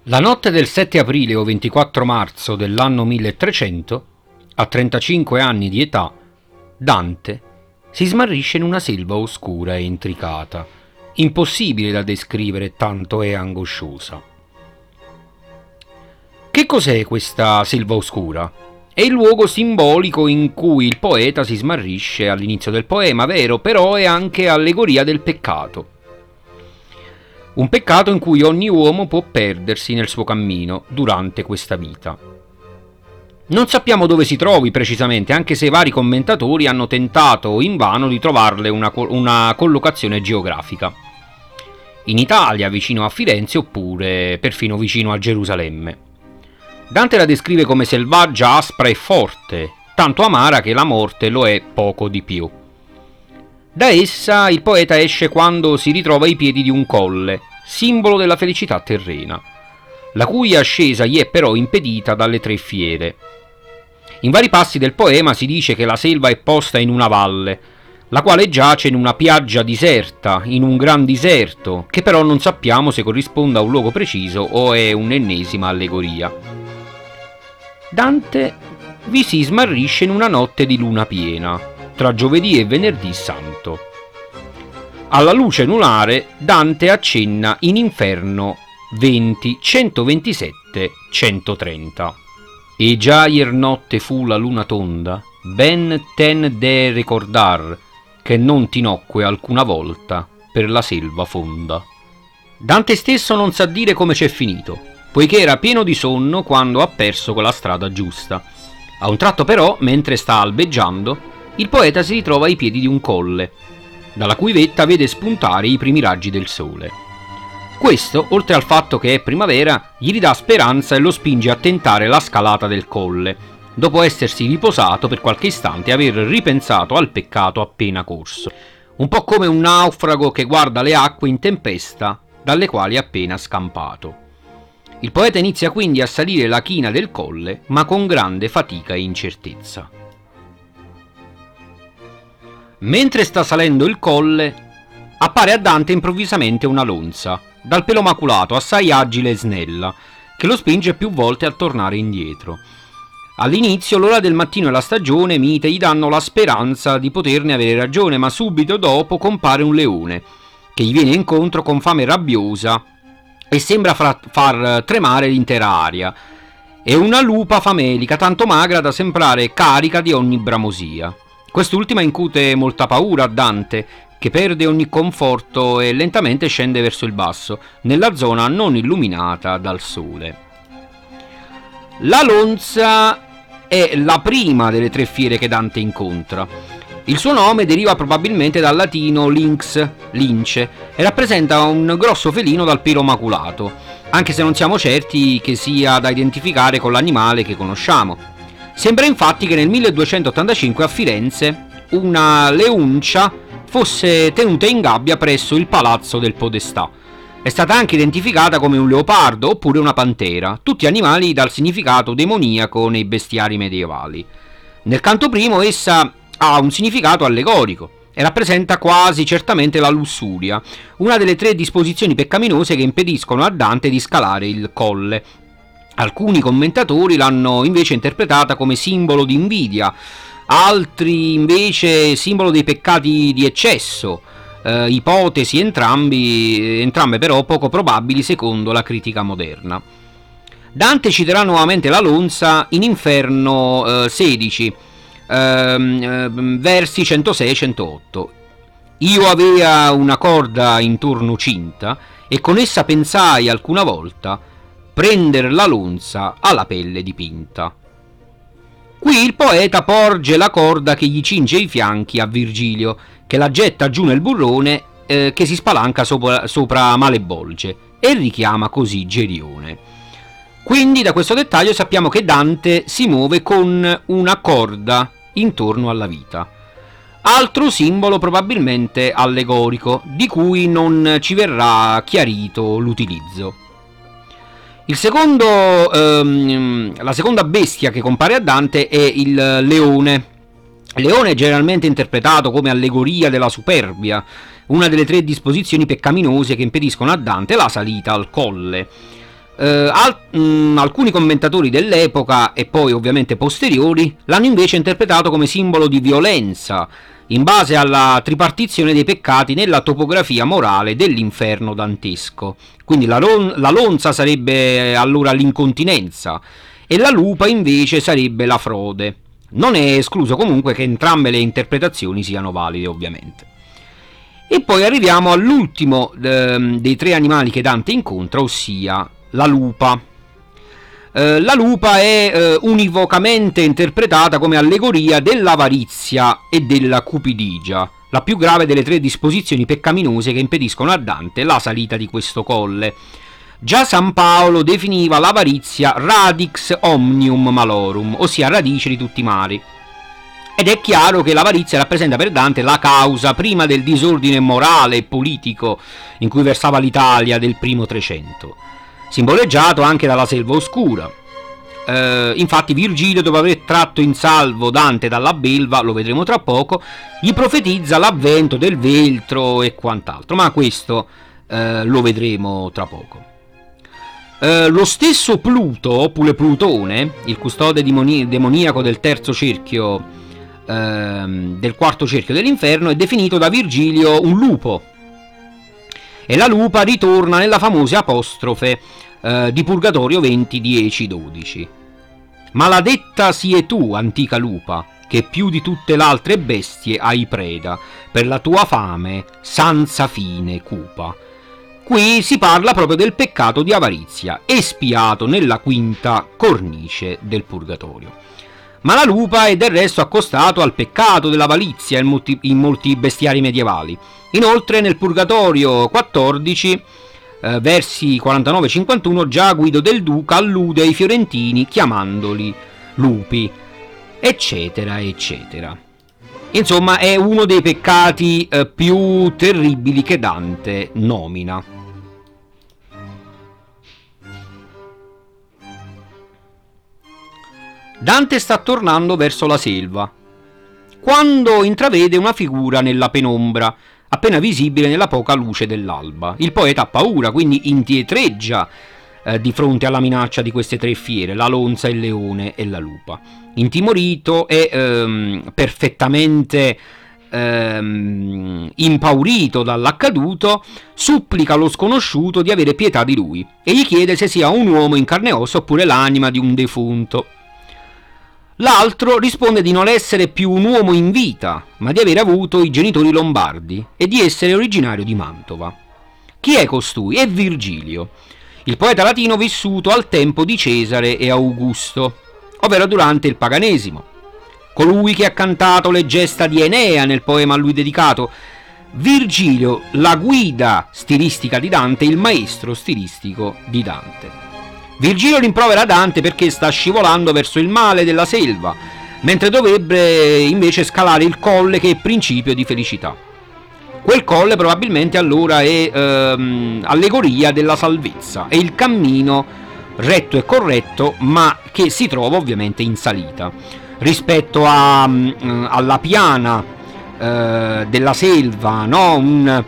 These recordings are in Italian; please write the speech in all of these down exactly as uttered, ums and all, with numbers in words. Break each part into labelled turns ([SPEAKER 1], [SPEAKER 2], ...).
[SPEAKER 1] La notte del sette aprile o ventiquattro marzo dell'anno milletrecento, a trentacinque anni di età, Dante si smarrisce in una selva oscura e intricata, impossibile da descrivere, tanto è angosciosa. Che cos'è questa selva oscura? È il luogo simbolico in cui il poeta si smarrisce all'inizio del poema, vero, però è anche allegoria del peccato. Un peccato in cui ogni uomo può perdersi nel suo cammino durante questa vita. Non sappiamo dove si trovi precisamente, anche se vari commentatori hanno tentato invano di trovarle una, una collocazione geografica. In Italia, vicino a Firenze, oppure perfino vicino a Gerusalemme. Dante la descrive come selvaggia, aspra e forte, tanto amara che la morte lo è poco di più. Da essa il poeta esce quando si ritrova ai piedi di un colle, simbolo della felicità terrena, la cui ascesa gli è però impedita dalle tre fiere. In vari passi del poema si dice che la selva è posta in una valle, la quale giace in una piaggia diserta, in un gran diserto, che però non sappiamo se corrisponda a un luogo preciso o è un'ennesima allegoria. Dante vi si smarrisce in una notte di luna piena, tra giovedì e venerdì santo. Alla luce lunare Dante accenna in inferno venti, centoventisette, centotrenta. E già ier notte fu la luna tonda, ben ten de ricordar, che non ti nocque alcuna volta per la selva fonda. Dante stesso non sa dire come c'è finito, poiché era pieno di sonno quando ha perso quella strada giusta. A un tratto però, mentre sta albeggiando, il poeta si ritrova ai piedi di un colle, dalla cui vetta vede spuntare i primi raggi del sole. Questo, oltre al fatto che è primavera, gli ridà speranza e lo spinge a tentare la scalata del colle, dopo essersi riposato per qualche istante e aver ripensato al peccato appena corso. Un po' come un naufrago che guarda le acque in tempesta dalle quali è appena scampato. Il poeta inizia quindi a salire la china del colle, ma con grande fatica e incertezza. Mentre sta salendo il colle, appare a Dante improvvisamente una lonza, dal pelo maculato, assai agile e snella, che lo spinge più volte a tornare indietro. All'inizio l'ora del mattino e la stagione mite gli danno la speranza di poterne avere ragione, ma subito dopo compare un leone, che gli viene incontro con fame rabbiosa e sembra far, far tremare l'intera aria, e una lupa famelica, tanto magra da sembrare carica di ogni bramosia. Quest'ultima incute molta paura a Dante, che perde ogni conforto e lentamente scende verso il basso, nella zona non illuminata dal sole. La lonza è la prima delle tre fiere che Dante incontra. Il suo nome deriva probabilmente dal latino lynx, lince, e rappresenta un grosso felino dal pelo maculato, anche se non siamo certi che sia da identificare con l'animale che conosciamo. Sembra infatti che nel milleduecentottantacinque a Firenze una leuncia fosse tenuta in gabbia presso il palazzo del Podestà. È stata anche identificata come un leopardo oppure una pantera, tutti animali dal significato demoniaco nei bestiari medievali. Nel canto primo essa ha un significato allegorico e rappresenta quasi certamente la lussuria, una delle tre disposizioni peccaminose che impediscono a Dante di scalare il colle. Alcuni commentatori l'hanno invece interpretata come simbolo di invidia, altri invece simbolo dei peccati di eccesso, eh, ipotesi entrambi, entrambe però poco probabili secondo la critica moderna. Dante citerà nuovamente la lonza in Inferno eh, sedici, ehm, versi centosei centootto. Io avea una corda intorno cinta e con essa pensai alcuna volta prendere la lonza alla pelle dipinta. Qui il poeta porge la corda che gli cinge i fianchi a Virgilio, che la getta giù nel burrone eh, che si spalanca sopra, sopra Malebolge, e richiama così Gerione. Quindi da questo dettaglio sappiamo che Dante si muove con una corda intorno alla vita. Altro simbolo probabilmente allegorico, di cui non ci verrà chiarito l'utilizzo. Il secondo, ehm, la seconda bestia che compare a Dante è il leone. Il leone è generalmente interpretato come allegoria della superbia, una delle tre disposizioni peccaminose che impediscono a Dante la salita al colle. Eh, al, mh, alcuni commentatori dell'epoca e poi ovviamente posteriori l'hanno invece interpretato come simbolo di violenza, in base alla tripartizione dei peccati nella topografia morale dell'inferno dantesco. Quindi la, lon- la lonza sarebbe allora l'incontinenza e la lupa invece sarebbe la frode. Non è escluso comunque che entrambe le interpretazioni siano valide, ovviamente. E poi arriviamo all'ultimo ehm, dei tre animali che Dante incontra, ossia la lupa. Eh, la lupa è eh, univocamente interpretata come allegoria dell'avarizia e della cupidigia, la più grave delle tre disposizioni peccaminose che impediscono a Dante la salita di questo colle. Già San Paolo definiva l'avarizia radix omnium malorum, ossia radice di tutti i mali. Ed è chiaro che l'avarizia rappresenta per Dante la causa prima del disordine morale e politico in cui versava l'Italia del primo Trecento, simboleggiato anche dalla selva oscura. Eh, infatti Virgilio, dopo aver tratto in salvo Dante dalla belva, lo vedremo tra poco, gli profetizza l'avvento del veltro e quant'altro, ma questo eh, lo vedremo tra poco. Eh, lo stesso Pluto, oppure Plutone, il custode dimoni- demoniaco del terzo cerchio, ehm, del quarto cerchio dell'inferno, è definito da Virgilio un lupo, e la lupa ritorna nella famosa apostrofe eh, di Purgatorio venti, dieci, dodici. Maladetta sie tu, antica lupa, che più di tutte le altre bestie hai preda, per la tua fame senza fine cupa. Qui si parla proprio del peccato di avarizia, espiato nella quinta cornice del Purgatorio. Ma la lupa è del resto accostato al peccato dell'avarizia in molti, in molti bestiari medievali. Inoltre nel Purgatorio quattordici, eh, versi quarantanove cinquantuno, già Guido del Duca allude ai fiorentini chiamandoli lupi, eccetera, eccetera. Insomma, è uno dei peccati eh, più terribili che Dante nomina. Dante sta tornando verso la selva, quando intravede una figura nella penombra, appena visibile nella poca luce dell'alba. Il poeta ha paura, quindi indietreggia eh, di fronte alla minaccia di queste tre fiere, la lonza, il leone e la lupa. Intimorito e ehm, perfettamente ehm, impaurito dall'accaduto, supplica lo sconosciuto di avere pietà di lui e gli chiede se sia un uomo in carne e ossa oppure l'anima di un defunto. L'altro risponde di non essere più un uomo in vita, ma di aver avuto i genitori lombardi e di essere originario di Mantova. Chi è costui? È Virgilio, il poeta latino vissuto al tempo di Cesare e Augusto, ovvero durante il paganesimo. Colui che ha cantato le gesta di Enea nel poema a lui dedicato. Virgilio, la guida stilistica di Dante, il maestro stilistico di Dante. Virgilio rimprovera Dante perché sta scivolando verso il male della selva, mentre dovrebbe invece scalare il colle che è principio di felicità. Quel colle probabilmente allora è ehm, allegoria della salvezza, è il cammino retto e corretto, ma che si trova ovviamente in salita. Rispetto a, mh, alla piana eh, della selva, no? Un...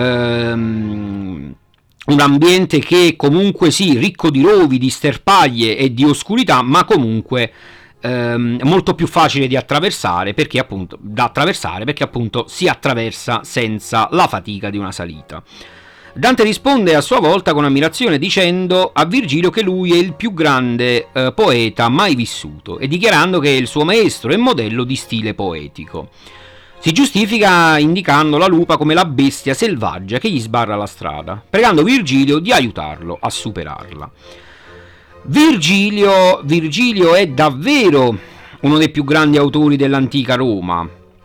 [SPEAKER 1] Ehm, un ambiente che comunque sì, ricco di rovi, di sterpaglie e di oscurità, ma comunque ehm, molto più facile di attraversare perché appunto da attraversare perché appunto si attraversa senza la fatica di una salita. Dante risponde a sua volta con ammirazione dicendo a Virgilio che lui è il più grande eh, poeta mai vissuto e dichiarando che è il suo maestro e modello di stile poetico. Si giustifica indicando la lupa come la bestia selvaggia che gli sbarra la strada, pregando Virgilio di aiutarlo a superarla. Virgilio, Virgilio è davvero uno dei più grandi autori dell'antica Roma.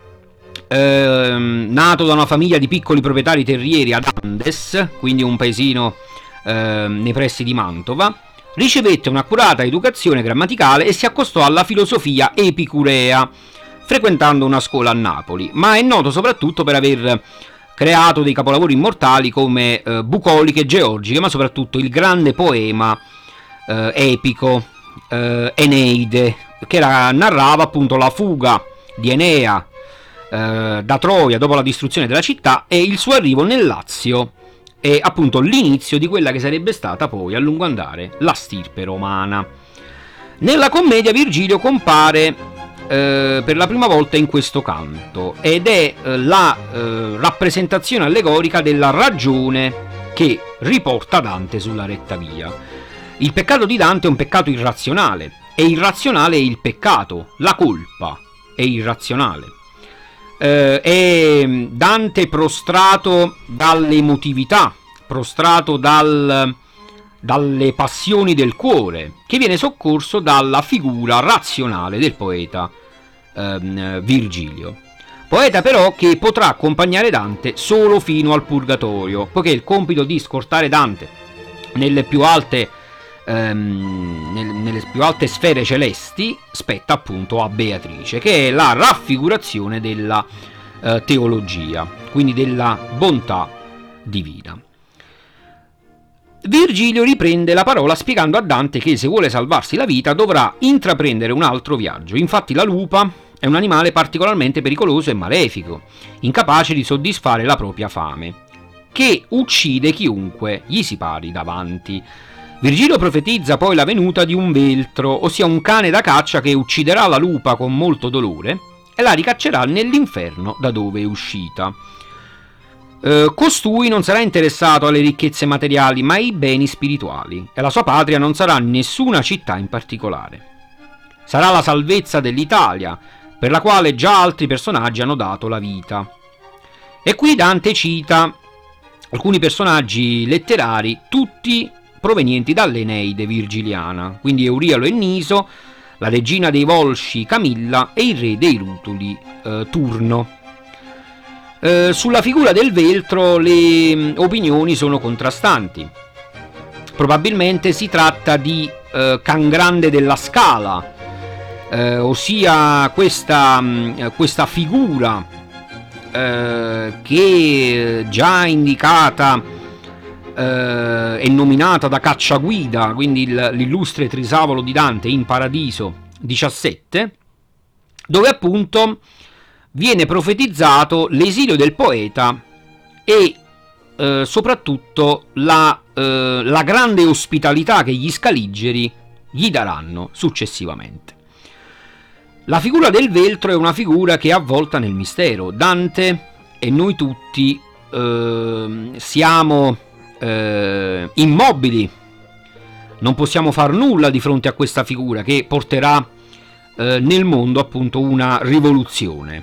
[SPEAKER 1] Ehm, nato da una famiglia di piccoli proprietari terrieri ad Andes, quindi un paesino ehm, nei pressi di Mantova, ricevette un'accurata educazione grammaticale e si accostò alla filosofia epicurea, frequentando una scuola a Napoli, ma è noto soprattutto per aver creato dei capolavori immortali come eh, Bucoliche Georgiche, ma soprattutto il grande poema eh, epico eh, Eneide, che era, narrava appunto la fuga di Enea eh, da Troia dopo la distruzione della città e il suo arrivo nel Lazio è appunto l'inizio di quella che sarebbe stata poi a lungo andare la stirpe romana. Nella commedia Virgilio compare eh, per la prima volta in questo canto ed è eh, la eh, rappresentazione allegorica della ragione che riporta Dante sulla retta via. Il peccato di Dante è un peccato irrazionale e irrazionale è il peccato, la colpa è irrazionale. Eh, è Dante prostrato dall'emotività, prostrato dal, dalle passioni del cuore, che viene soccorso dalla figura razionale del poeta ehm, Virgilio. Poeta però che potrà accompagnare Dante solo fino al Purgatorio, poiché il compito di scortare Dante nelle più alte ehm, nelle più alte sfere celesti spetta appunto a Beatrice, che è la raffigurazione della eh, teologia, quindi della bontà divina. Virgilio riprende la parola spiegando a Dante che se vuole salvarsi la vita dovrà intraprendere un altro viaggio. Infatti la lupa è un animale particolarmente pericoloso e malefico, incapace di soddisfare la propria fame, che uccide chiunque gli si pari davanti. Virgilio profetizza poi la venuta di un veltro, ossia un cane da caccia che ucciderà la lupa con molto dolore e la ricaccerà nell'inferno da dove è uscita. Eh, costui non sarà interessato alle ricchezze materiali, ma ai beni spirituali, e la sua patria non sarà nessuna città in particolare. Sarà la salvezza dell'Italia, per la quale già altri personaggi hanno dato la vita. E qui Dante cita alcuni personaggi letterari, tutti provenienti dall'Eneide virgiliana, quindi Eurialo e Niso, la regina dei Volsci Camilla e il re dei Rutuli eh, Turno. Eh, sulla figura del veltro le mh, opinioni sono contrastanti. Probabilmente si tratta di eh, Can Grande della Scala, eh, ossia questa, mh, questa figura eh, che già indicata Uh, è nominata da Cacciaguida, quindi il, l'illustre trisavolo di Dante in Paradiso diciassette, dove appunto viene profetizzato l'esilio del poeta e uh, soprattutto la, uh, la grande ospitalità che gli scaligeri gli daranno successivamente. La figura del veltro è una figura che è avvolta nel mistero. Dante e noi tutti uh, siamo Eh, immobili, non possiamo far nulla di fronte a questa figura che porterà eh, nel mondo appunto una rivoluzione.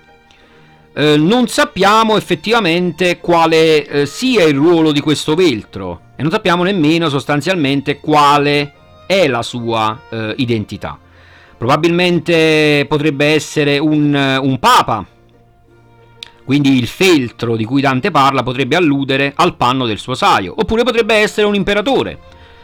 [SPEAKER 1] Eh, non sappiamo effettivamente quale eh, sia il ruolo di questo veltro e non sappiamo nemmeno sostanzialmente quale è la sua eh, identità. Probabilmente potrebbe essere un, un papa. Quindi il feltro di cui Dante parla potrebbe alludere al panno del suo saio, oppure potrebbe essere un imperatore.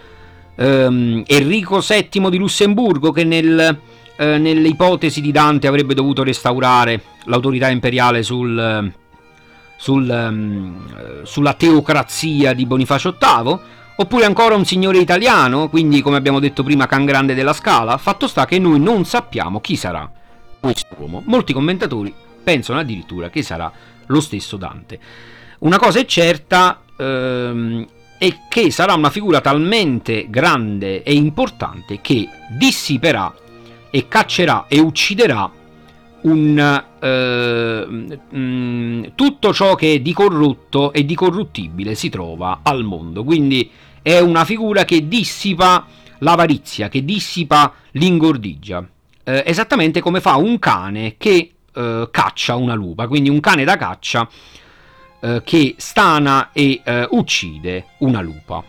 [SPEAKER 1] Um, Enrico settimo di Lussemburgo, che nel, eh, nelle ipotesi di Dante avrebbe dovuto restaurare l'autorità imperiale sul, sul, um, sulla teocrazia di Bonifacio ottavo, oppure ancora un signore italiano, quindi come abbiamo detto prima Can Grande della Scala. Fatto sta che noi non sappiamo chi sarà quest'uomo. Molti commentatori pensano addirittura che sarà lo stesso Dante. Una cosa è certa ehm, è che sarà una figura talmente grande e importante che dissiperà e caccerà e ucciderà un, eh, mh, tutto ciò che è di corrotto e di corruttibile si trova al mondo. Quindi è una figura che dissipa l'avarizia, che dissipa l'ingordigia, eh, esattamente come fa un cane che Uh, caccia una lupa, quindi un cane da caccia uh, che stana e uh, uccide una lupa.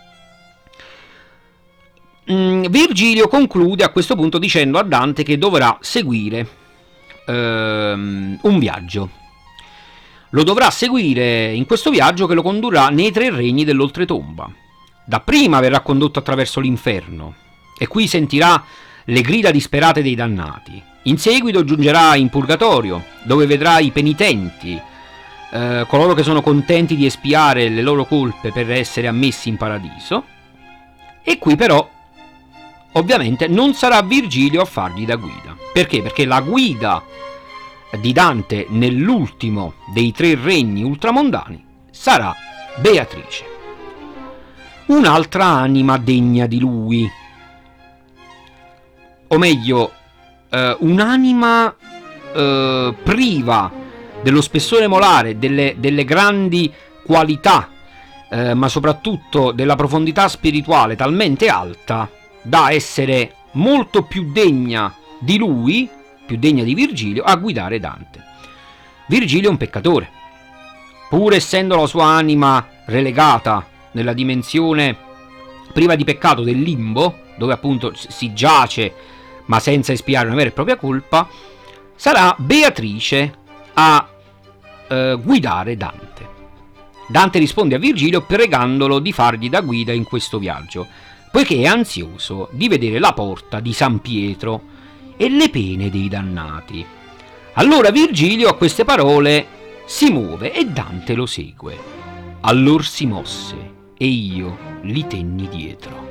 [SPEAKER 1] Mm, Virgilio conclude a questo punto dicendo a Dante che dovrà seguire uh, un viaggio. Lo dovrà seguire in questo viaggio che lo condurrà nei tre regni dell'oltretomba. Dapprima verrà condotto attraverso l'inferno e qui sentirà le grida disperate dei dannati. In seguito giungerà in Purgatorio, dove vedrà i penitenti, eh, coloro che sono contenti di espiare le loro colpe per essere ammessi in paradiso. E qui però, ovviamente, non sarà Virgilio a fargli da guida. Perché? Perché la guida di Dante nell'ultimo dei tre regni ultramondani sarà Beatrice, un'altra anima degna di lui, o meglio, eh, un'anima eh, priva dello spessore molare, delle, delle grandi qualità, eh, ma soprattutto della profondità spirituale talmente alta da essere molto più degna di lui, più degna di Virgilio, a guidare Dante. Virgilio è un peccatore, pur essendo la sua anima relegata nella dimensione priva di peccato del limbo, dove appunto si giace ma senza espiare una vera e propria colpa, sarà Beatrice a eh, guidare Dante. Dante risponde a Virgilio pregandolo di fargli da guida in questo viaggio, poiché è ansioso di vedere la porta di San Pietro e le pene dei dannati. Allora Virgilio a queste parole si muove e Dante lo segue. Allor si mosse e io li tenni dietro.